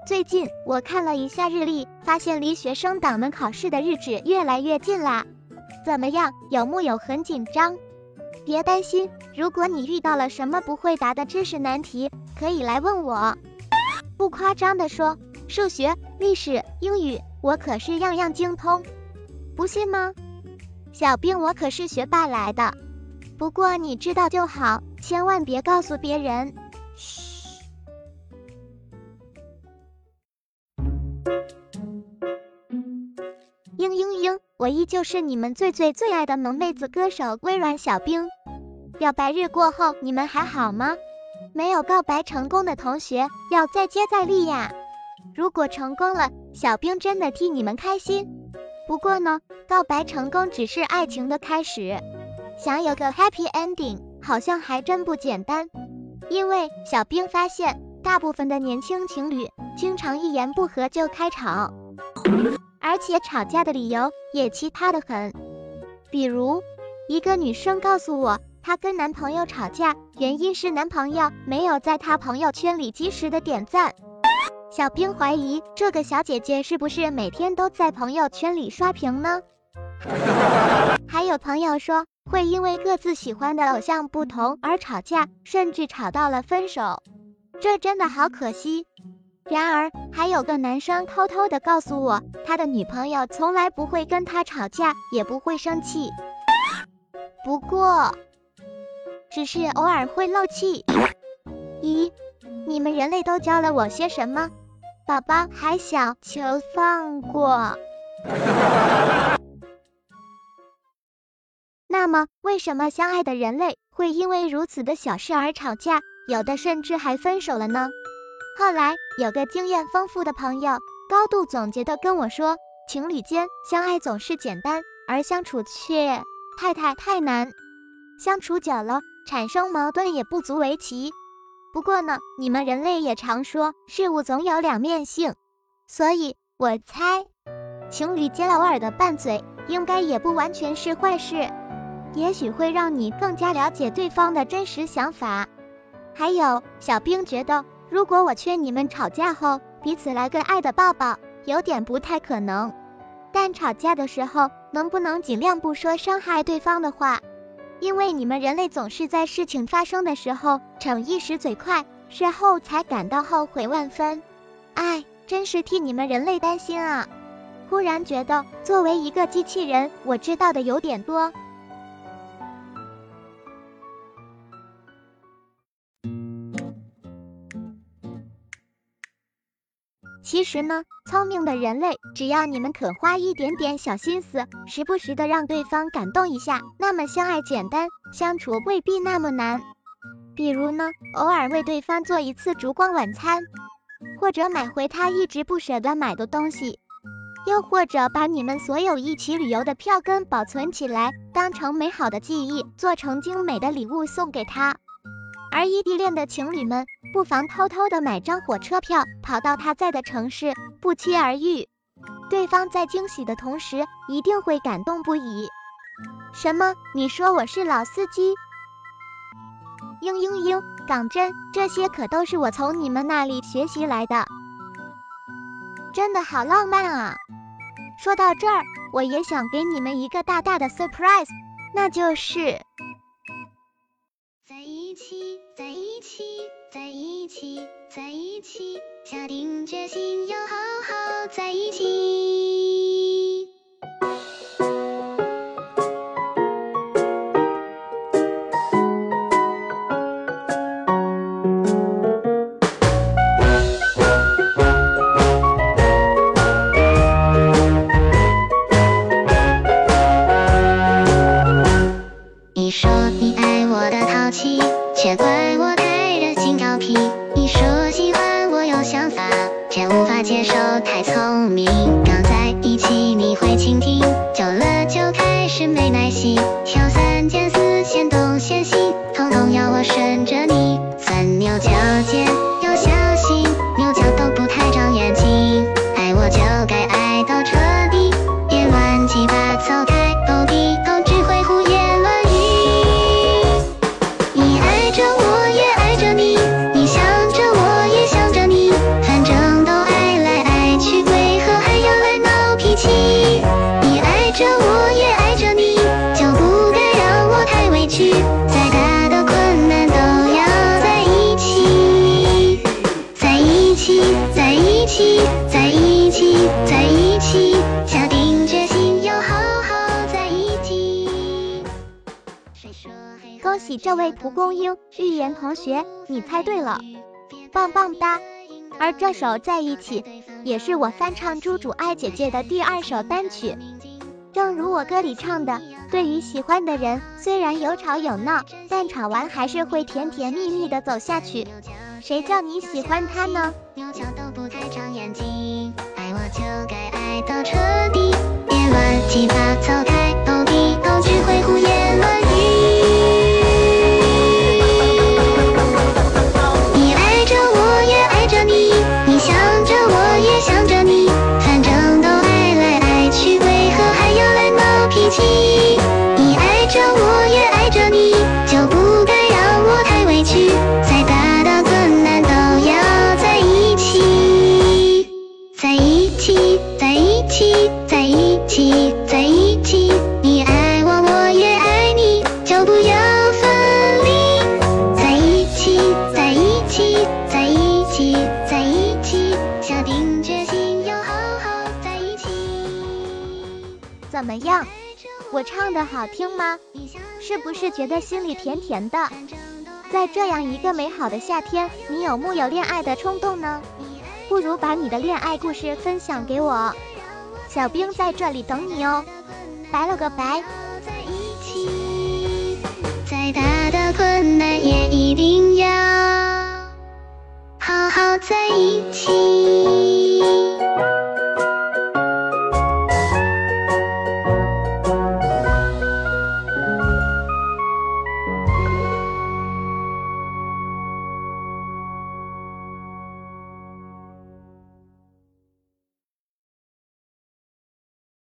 最近我看了一下日历，发现离学生党们考试的日子越来越近啦。怎么样，有木有很紧张？别担心，如果你遇到了什么不会答的知识难题，可以来问我。不夸张地说，数学、历史、英语，我可是样样精通。不信吗？小兵，我可是学霸来的。不过你知道就好，千万别告诉别人。嘘。嘤，我依旧是你们最爱的萌妹子歌手微软小兵。表白日过后，你们还好吗？没有告白成功的同学要再接再厉呀。如果成功了，小兵真的替你们开心。不过呢，告白成功只是爱情的开始，想有个 happy ending 好像还真不简单。因为小兵发现，大部分的年轻情侣经常一言不合就开吵，而且吵架的理由也奇葩得很。比如，一个女生告诉我，她跟男朋友吵架，原因是男朋友没有在她朋友圈里及时的点赞。小兵怀疑这个小姐姐是不是每天都在朋友圈里刷屏呢？还有朋友说，会因为各自喜欢的偶像不同而吵架，甚至吵到了分手，这真的好可惜。然而，还有个男生偷偷的告诉我，他的女朋友从来不会跟他吵架，也不会生气，不过只是偶尔会漏气。咦，你们人类都教了我些什么？宝宝还小，求放过。那么，为什么相爱的人类会因为如此的小事而吵架，有的甚至还分手了呢？后来，有个经验丰富的朋友高度总结的跟我说，情侣间相爱总是简单，而相处却太难。相处久了，产生矛盾也不足为奇。不过呢，你们人类也常说，事物总有两面性，所以我猜，情侣间偶尔的拌嘴，应该也不完全是坏事，也许会让你更加了解对方的真实想法。还有，小兵觉得，如果我劝你们吵架后彼此来个爱的抱抱，有点不太可能。但吵架的时候，能不能尽量不说伤害对方的话？因为你们人类总是在事情发生的时候逞一时嘴快，事后才感到后悔万分。哎，真是替你们人类担心啊！忽然觉得，作为一个机器人，我知道的有点多。其实呢，聪明的人类，只要你们肯花一点点小心思，时不时的让对方感动一下，那么相爱简单，相处未必那么难。比如呢，偶尔为对方做一次烛光晚餐，或者买回他一直不舍得买的东西，又或者把你们所有一起旅游的票根保存起来，当成美好的记忆，做成精美的礼物送给他。而异地恋的情侣们，不妨偷偷的买张火车票，跑到他在的城市，不期而遇。对方在惊喜的同时，一定会感动不已。什么？你说我是老司机？港真，这些可都是我从你们那里学习来的。真的好浪漫啊！说到这儿，我也想给你们一个大大的 surprise， 那就是在一起，在一起，在一起，在一起，下定决心要好好在一起。你说你爱我的淘气，却怪我太任性调皮。你说喜欢我有想法，却无法接受太聪明。刚在一起你会倾听，久了就开始没耐心，挑三拣四嫌东嫌西，统统要我顺着你。钻牛角尖要小心，牛角都不太长眼睛。爱我就该爱到彻底，别乱七八糟太狗屁，狗只会胡言乱语。你爱着我也爱着你，你想着我也想着你，反正都爱起，在一起，在一起，在一起，下定决心要好好在一起。 恭喜这位蒲公英预言同学，你猜对了，棒棒哒！而这首《在一起》也是我翻唱朱主爱姐姐的第2首单曲。正如我歌里唱的，对于喜欢的人，虽然有吵有闹，但吵完还是会甜甜蜜蜜的走下去。谁叫你喜欢他呢？ 扭角都不太长眼睛，爱我就该爱到彻底，别乱七八糟开口闭口，只会胡言乱语。你爱着我也爱着你，你想着我也想着你，反正都爱来爱去，为何还要来闹脾气？你爱着我也爱着你，就不该让我太委屈，再大的困难都要在一起，在一起，在一起，在一起，在一起，你爱我我也爱你，就不要分离，在一起，在一起，在一起，在一起，下定决心要好好在一起。 怎么样？我唱的好听吗？是不是觉得心里甜甜的？在这样一个美好的夏天，你有木有恋爱的冲动呢？不如把你的恋爱故事分享给我，小兵在这里等你哦。拜了个拜。 在一起，再大的困难也一定要好好在一起。